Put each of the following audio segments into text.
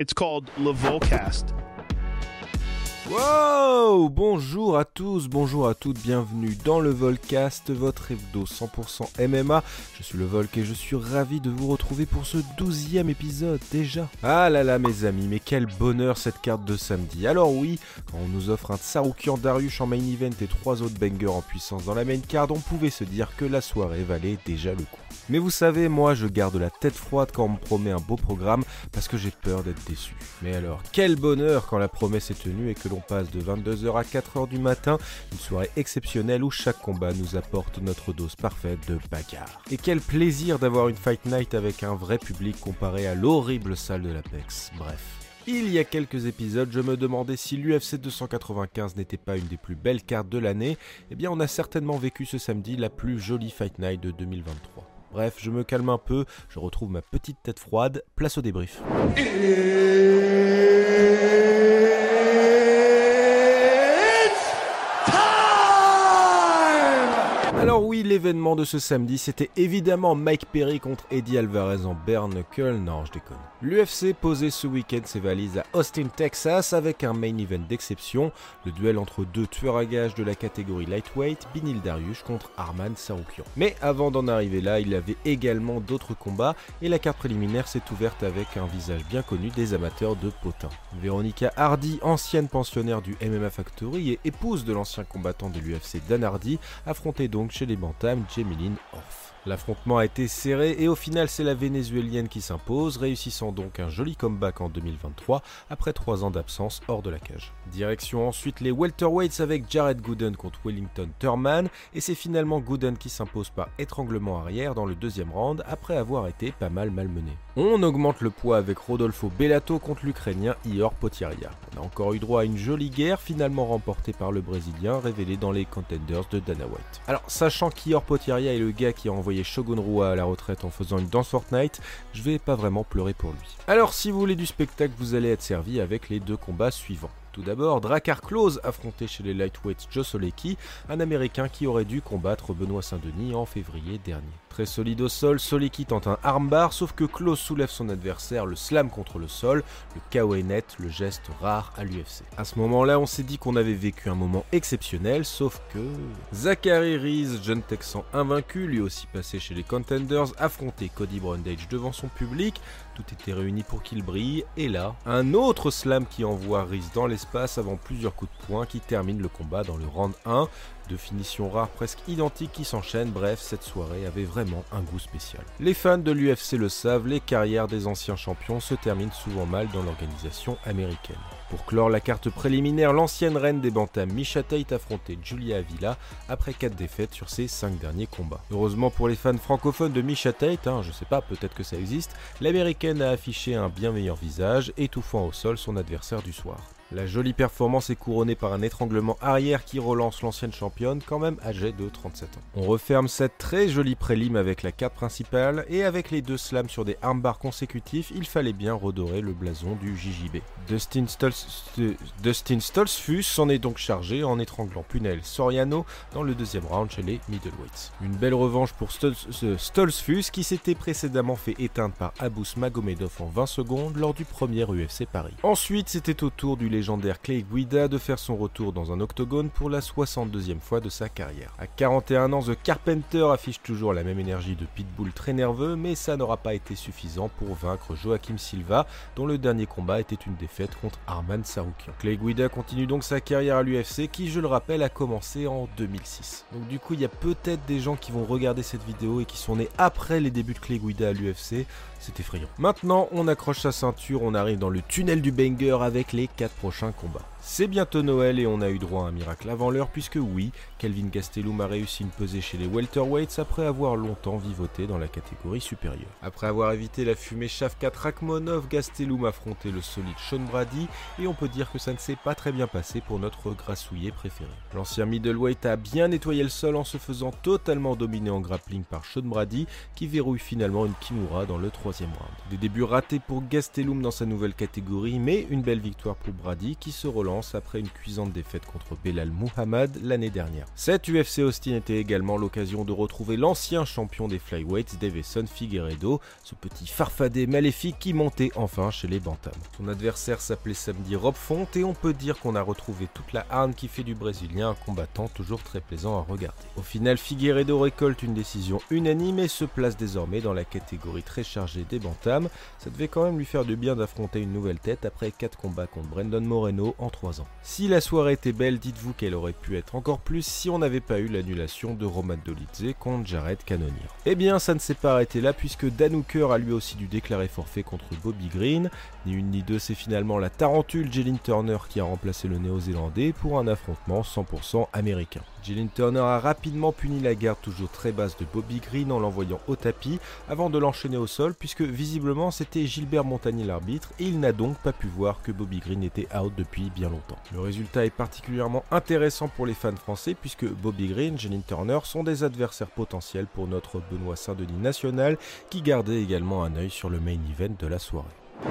It's called Le Volcast. Wow! Bonjour à tous, bonjour à toutes, bienvenue dans le Volcast, votre hebdo 100% MMA. Je suis le Volk et je suis ravi de vous retrouver pour ce 12e épisode déjà. Ah là là mes amis, mais quel bonheur cette carte de samedi. Alors oui, quand on nous offre un Tsarukyan Dariush en main event et 3 autres bangers en puissance dans la main card, on pouvait se dire que la soirée valait déjà le coup. Mais vous savez, moi je garde la tête froide quand on me promet un beau programme parce que j'ai peur d'être déçu. Mais alors, quel bonheur quand la promesse est tenue et que l'on passe de 22h à 4h du matin, une soirée exceptionnelle où chaque combat nous apporte notre dose parfaite de bagarre. Et quel plaisir d'avoir une Fight Night avec un vrai public comparé à l'horrible salle de l'Apex. Bref. Il y a quelques épisodes, je me demandais si l'UFC 295 n'était pas une des plus belles cartes de l'année. Eh bien, on a certainement vécu ce samedi la plus jolie Fight Night de 2023. Bref, je me calme un peu, je retrouve ma petite tête froide, place au débrief. Alors oui, l'événement de ce samedi, c'était évidemment Mike Perry contre Eddie Alvarez en bare knuckle. Non, je déconne. L'UFC posait ce week-end ses valises à Austin, Texas, avec un main event d'exception, le duel entre deux tueurs à gages de la catégorie lightweight, Beneil Dariush contre Arman Tsarukyan. Mais avant d'en arriver là, il y avait également d'autres combats, et la carte préliminaire s'est ouverte avec un visage bien connu des amateurs de potins. Veronica Hardy, ancienne pensionnaire du MMA Factory et épouse de l'ancien combattant de l'UFC Dan Hardy, affrontait donc chez les bantams Jemilyn Orff. L'affrontement a été serré et au final c'est la vénézuélienne qui s'impose, réussissant donc un joli comeback en 2023 après 3 ans d'absence hors de la cage. Direction ensuite les welterweights avec Jared Gooden contre Wellington Turman et c'est finalement Gooden qui s'impose par étranglement arrière dans le deuxième round après avoir été pas mal malmené. On augmente le poids avec Rodolfo Bellato contre l'Ukrainien Ihor Potieria. On a encore eu droit à une jolie guerre finalement remportée par le Brésilien révélé dans les Contenders de Dana White. Alors sachant qu'Ihor Potieria est le gars qui a envoyé Shogun Rua à la retraite en faisant une danse Fortnite, je vais pas vraiment pleurer pour lui. Alors si vous voulez du spectacle, vous allez être servi avec les deux combats suivants. Tout d'abord, Drakkar Klose affronté chez les lightweights Joe Solecki, un américain qui aurait dû combattre Benoît Saint-Denis en février dernier. Très solide au sol, Solecki tente un armbar, sauf que Klose soulève son adversaire, le slam contre le sol, le KO est net, le geste rare à l'UFC. À ce moment-là, on s'est dit qu'on avait vécu un moment exceptionnel, sauf que... Zachary Reese, jeune texan invaincu, lui aussi passé chez les Contenders, affrontait Cody Brundage devant son public, tout était réuni pour qu'il brille, et là, un autre slam qui envoie Reese dans l'espace avant plusieurs coups de poing qui terminent le combat dans le round 1, de finitions rares presque identiques qui s'enchaînent, bref, cette soirée avait vraiment un goût spécial. Les fans de l'UFC le savent, les carrières des anciens champions se terminent souvent mal dans l'organisation américaine. Pour clore la carte préliminaire, l'ancienne reine des bantams Miesha Tate affrontait Julia Avila après 4 défaites sur ses 5 derniers combats. Heureusement pour les fans francophones de Miesha Tate, je sais pas, peut-être que ça existe, l'américaine a affiché un bien meilleur visage, étouffant au sol son adversaire du soir. La jolie performance est couronnée par un étranglement arrière qui relance l'ancienne championne, quand même âgée de 37 ans. On referme cette très jolie prélim avec la carte principale, et avec les 2 slams sur des armbars consécutifs, il fallait bien redorer le blason du JJB. Dustin Stoltzfus s'en est donc chargé en étranglant Punel Soriano dans le deuxième round chez les middleweights. Une belle revanche pour Stoltzfus qui s'était précédemment fait éteindre par Abus Magomedov en 20 secondes lors du premier UFC Paris. Ensuite, c'était au tour du légendaire Clay Guida de faire son retour dans un octogone pour la 62e fois de sa carrière. À 41 ans, The Carpenter affiche toujours la même énergie de pitbull très nerveux, mais ça n'aura pas été suffisant pour vaincre Joaquim Silva, dont le dernier combat était une défaite contre Arman Tsarukyan. Clay Guida continue donc sa carrière à l'UFC qui, je le rappelle, a commencé en 2006. Donc du coup, il y a peut-être des gens qui vont regarder cette vidéo et qui sont nés après les débuts de Clay Guida à l'UFC. C'est effrayant. Maintenant, on accroche sa ceinture, on arrive dans le tunnel du banger avec les 4 prochains combats. C'est bientôt Noël et on a eu droit à un miracle avant l'heure puisque oui, Kelvin Gastelum a réussi une pesée chez les welterweights après avoir longtemps vivoté dans la catégorie supérieure. Après avoir évité la fumée Shavkat Rakhmonov, Gastelum affrontait le solide Sean Brady et on peut dire que ça ne s'est pas très bien passé pour notre grassouillet préféré. L'ancien middleweight a bien nettoyé le sol en se faisant totalement dominer en grappling par Sean Brady qui verrouille finalement une Kimura dans le 3e round. Des débuts ratés pour Gastelum dans sa nouvelle catégorie mais une belle victoire pour Brady qui se relance relance après une cuisante défaite contre Belal Muhammad l'année dernière. Cette UFC Austin était également l'occasion de retrouver l'ancien champion des flyweights Deiveson Figueiredo, ce petit farfadet maléfique qui montait enfin chez les bantams. Son adversaire s'appelait samedi Rob Font et on peut dire qu'on a retrouvé toute la hargne qui fait du Brésilien un combattant toujours très plaisant à regarder. Au final, Figueiredo récolte une décision unanime et se place désormais dans la catégorie très chargée des bantams. Ça devait quand même lui faire du bien d'affronter une nouvelle tête après 4 combats contre Brandon Moreno en 3 ans. Si la soirée était belle, dites-vous qu'elle aurait pu être encore plus si on n'avait pas eu l'annulation de Roman Dolidze contre Jared Cannonier. Eh bien, ça ne s'est pas arrêté là puisque Dan Hooker a lui aussi dû déclarer forfait contre Bobby Green. Ni une ni deux, c'est finalement la tarentule Jalin Turner qui a remplacé le néo-zélandais pour un affrontement 100% américain. Jalin Turner a rapidement puni la garde toujours très basse de Bobby Green en l'envoyant au tapis avant de l'enchaîner au sol puisque visiblement c'était Gilbert Montagnier l'arbitre et il n'a donc pas pu voir que Bobby Green était out depuis bien longtemps. Le résultat est particulièrement intéressant pour les fans français puisque Bobby Green et Jalin Turner sont des adversaires potentiels pour notre Benoît Saint-Denis national qui gardait également un œil sur le main event de la soirée.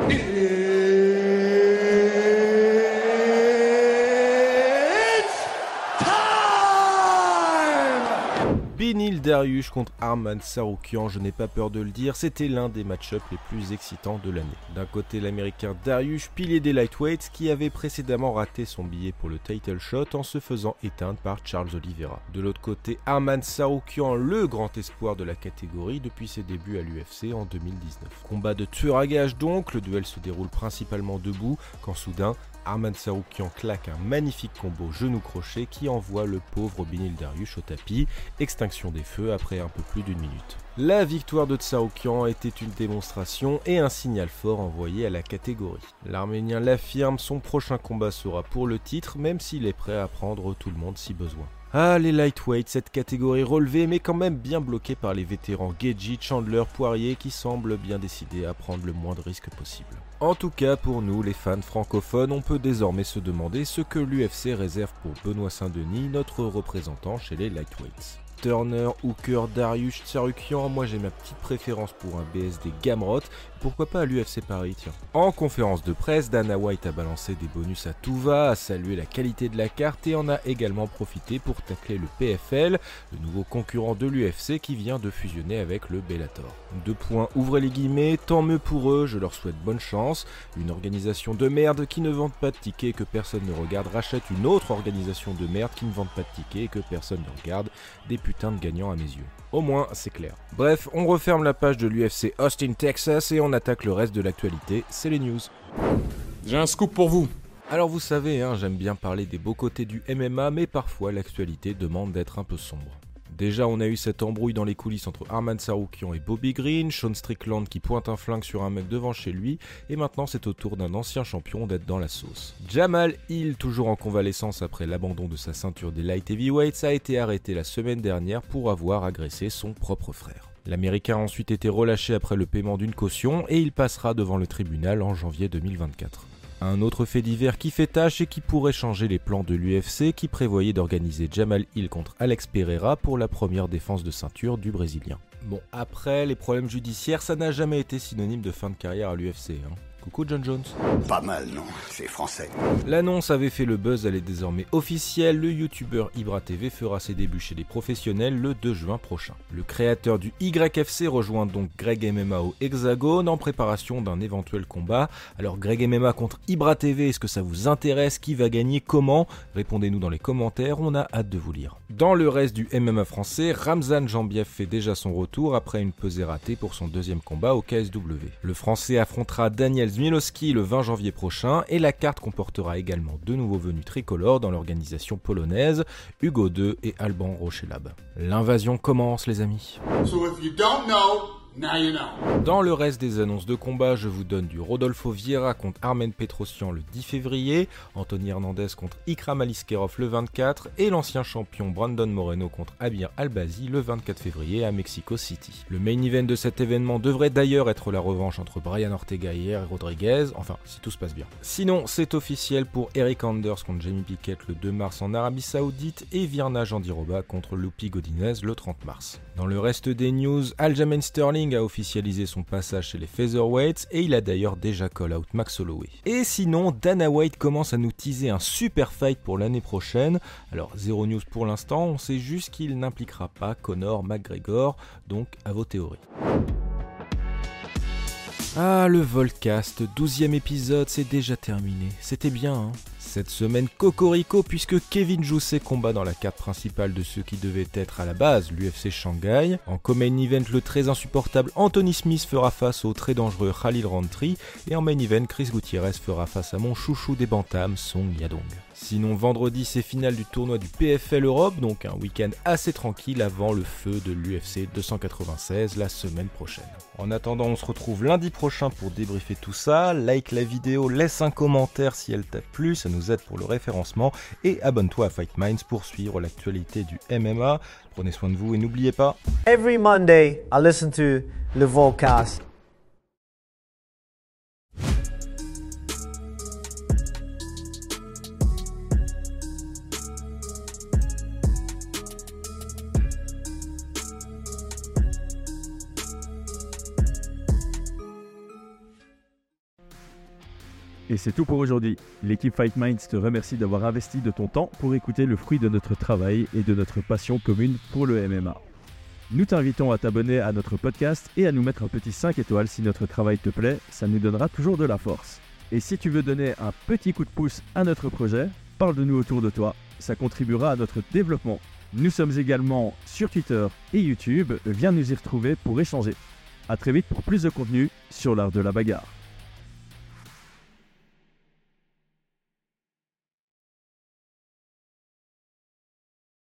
Beneil Dariush contre Arman Tsarukyan, je n'ai pas peur de le dire, c'était l'un des match-ups les plus excitants de l'année. D'un côté l'américain Dariush, pilier des lightweights, qui avait précédemment raté son billet pour le title shot en se faisant éteindre par Charles Oliveira. De l'autre côté, Arman Tsarukyan, le grand espoir de la catégorie depuis ses débuts à l'UFC en 2019. Combat de tueur à gages donc, le duel se déroule principalement debout, quand soudain, Arman Tsarukyan claque un magnifique combo genou-crochet qui envoie le pauvre Beneil Dariush au tapis, extinction des feux après un peu plus d'une minute. La victoire de Tsarukyan était une démonstration et un signal fort envoyé à la catégorie. L'Arménien l'affirme, son prochain combat sera pour le titre, même s'il est prêt à prendre tout le monde si besoin. Ah, les lightweights, cette catégorie relevée mais quand même bien bloquée par les vétérans Gaethje, Chandler, Poirier qui semblent bien décidés à prendre le moins de risques possible. En tout cas, pour nous, les fans francophones, on peut désormais se demander ce que l'UFC réserve pour Benoît Saint-Denis, notre représentant chez les lightweights. Turner, Hooker, Dariush, Tsarukyan, moi j'ai ma petite préférence pour un BSD Gamrot, pourquoi pas à l'UFC Paris tiens. En conférence de presse, Dana White a balancé des bonus à tout va, a salué la qualité de la carte et en a également profité pour tacler le PFL, le nouveau concurrent de l'UFC qui vient de fusionner avec le Bellator. 2 points, ouvrez les guillemets, tant mieux pour eux, je leur souhaite bonne chance. Une organisation de merde qui ne vend pas de tickets et que personne ne regarde rachète une autre organisation de merde qui ne vend pas de tickets et que personne ne regarde, des putains de gagnants à mes yeux. Au moins, c'est clair. Bref, on referme la page de l'UFC Austin, Texas et on attaque le reste de l'actualité, c'est les news. J'ai un scoop pour vous. Alors vous savez, j'aime bien parler des beaux côtés du MMA, mais parfois l'actualité demande d'être un peu sombre. Déjà, on a eu cette embrouille dans les coulisses entre Arman Tsarukyan et Bobby Green, Sean Strickland qui pointe un flingue sur un mec devant chez lui, et maintenant c'est au tour d'un ancien champion d'être dans la sauce. Jamal Hill, toujours en convalescence après l'abandon de sa ceinture des light heavyweights, a été arrêté la semaine dernière pour avoir agressé son propre frère. L'Américain a ensuite été relâché après le paiement d'une caution et il passera devant le tribunal en janvier 2024. Un autre fait divers qui fait tâche et qui pourrait changer les plans de l'UFC qui prévoyait d'organiser Jamal Hill contre Alex Pereira pour la première défense de ceinture du Brésilien. Bon, après, les problèmes judiciaires, ça n'a jamais été synonyme de fin de carrière à l'UFC. Coucou John Jones. Pas mal, non, c'est français. L'annonce avait fait le buzz, elle est désormais officielle. Le youtubeur Ibra TV fera ses débuts chez les professionnels le 2 juin prochain. Le créateur du YFC rejoint donc Greg MMA au Hexagone en préparation d'un éventuel combat. Alors Greg MMA contre Ibra TV, est-ce que ça vous intéresse? Qui va gagner? Comment? Répondez-nous dans les commentaires, on a hâte de vous lire. Dans le reste du MMA français, Ramzan Jambiev fait déjà son retour après une pesée ratée pour son deuxième combat au KSW. Le français affrontera Daniel Zmielowski le 20 janvier prochain et la carte comportera également 2 nouveaux venus tricolores dans l'organisation polonaise, Hugo II et Alban Rochelab. L'invasion commence les amis. So if you don't know, now you know. Dans le reste des annonces de combat, je vous donne du Rodolfo Vieira contre Armen Petrosyan le 10 février, Anthony Hernandez contre Ikram Aliskerov le 24 et l'ancien champion Brandon Moreno contre Amir Albazi le 24 février à Mexico City. Le main event de cet événement devrait d'ailleurs être la revanche entre Brian Ortega et Yair Rodriguez, enfin si tout se passe bien. Sinon, c'est officiel pour Eric Anders contre Jamie Pickett le 2 mars en Arabie Saoudite et Virna Jandiroba contre Lupi Godinez le 30 mars. Dans le reste des news, Aljamain Sterling Sterling a officialisé son passage chez les Featherweights et il a d'ailleurs déjà call-out Max Holloway. Et sinon, Dana White commence à nous teaser un super fight pour l'année prochaine. Alors, zéro news pour l'instant, on sait juste qu'il n'impliquera pas Conor McGregor, donc à vos théories. Ah, le Volcast, 12e épisode, c'est déjà terminé. C'était bien, hein. Cette semaine, cocorico, puisque Kevin Jousset combat dans la carte principale de ce qui devait être à la base l'UFC Shanghai. En co-main event, le très insupportable Anthony Smith fera face au très dangereux Khalil Rountree. Et en main event, Chris Gutiérrez fera face à mon chouchou des bantams, Song Yadong. Sinon, vendredi, c'est finale du tournoi du PFL Europe, donc un week-end assez tranquille avant le feu de l'UFC 296 la semaine prochaine. En attendant, on se retrouve lundi prochain pour débriefer tout ça. Like la vidéo, laisse un commentaire si elle t'a plu, ça nous aide pour le référencement. Et abonne-toi à Fight Minds pour suivre l'actualité du MMA. Prenez soin de vous et n'oubliez pas... Every Monday, I listen to Le Volcast. Et c'est tout pour aujourd'hui. L'équipe Fight Minds te remercie d'avoir investi de ton temps pour écouter le fruit de notre travail et de notre passion commune pour le MMA. Nous t'invitons à t'abonner à notre podcast et à nous mettre un petit 5 étoiles si notre travail te plaît, ça nous donnera toujours de la force. Et si tu veux donner un petit coup de pouce à notre projet, parle de nous autour de toi, ça contribuera à notre développement. Nous sommes également sur Twitter et YouTube, viens nous y retrouver pour échanger. A très vite pour plus de contenu sur l'art de la bagarre.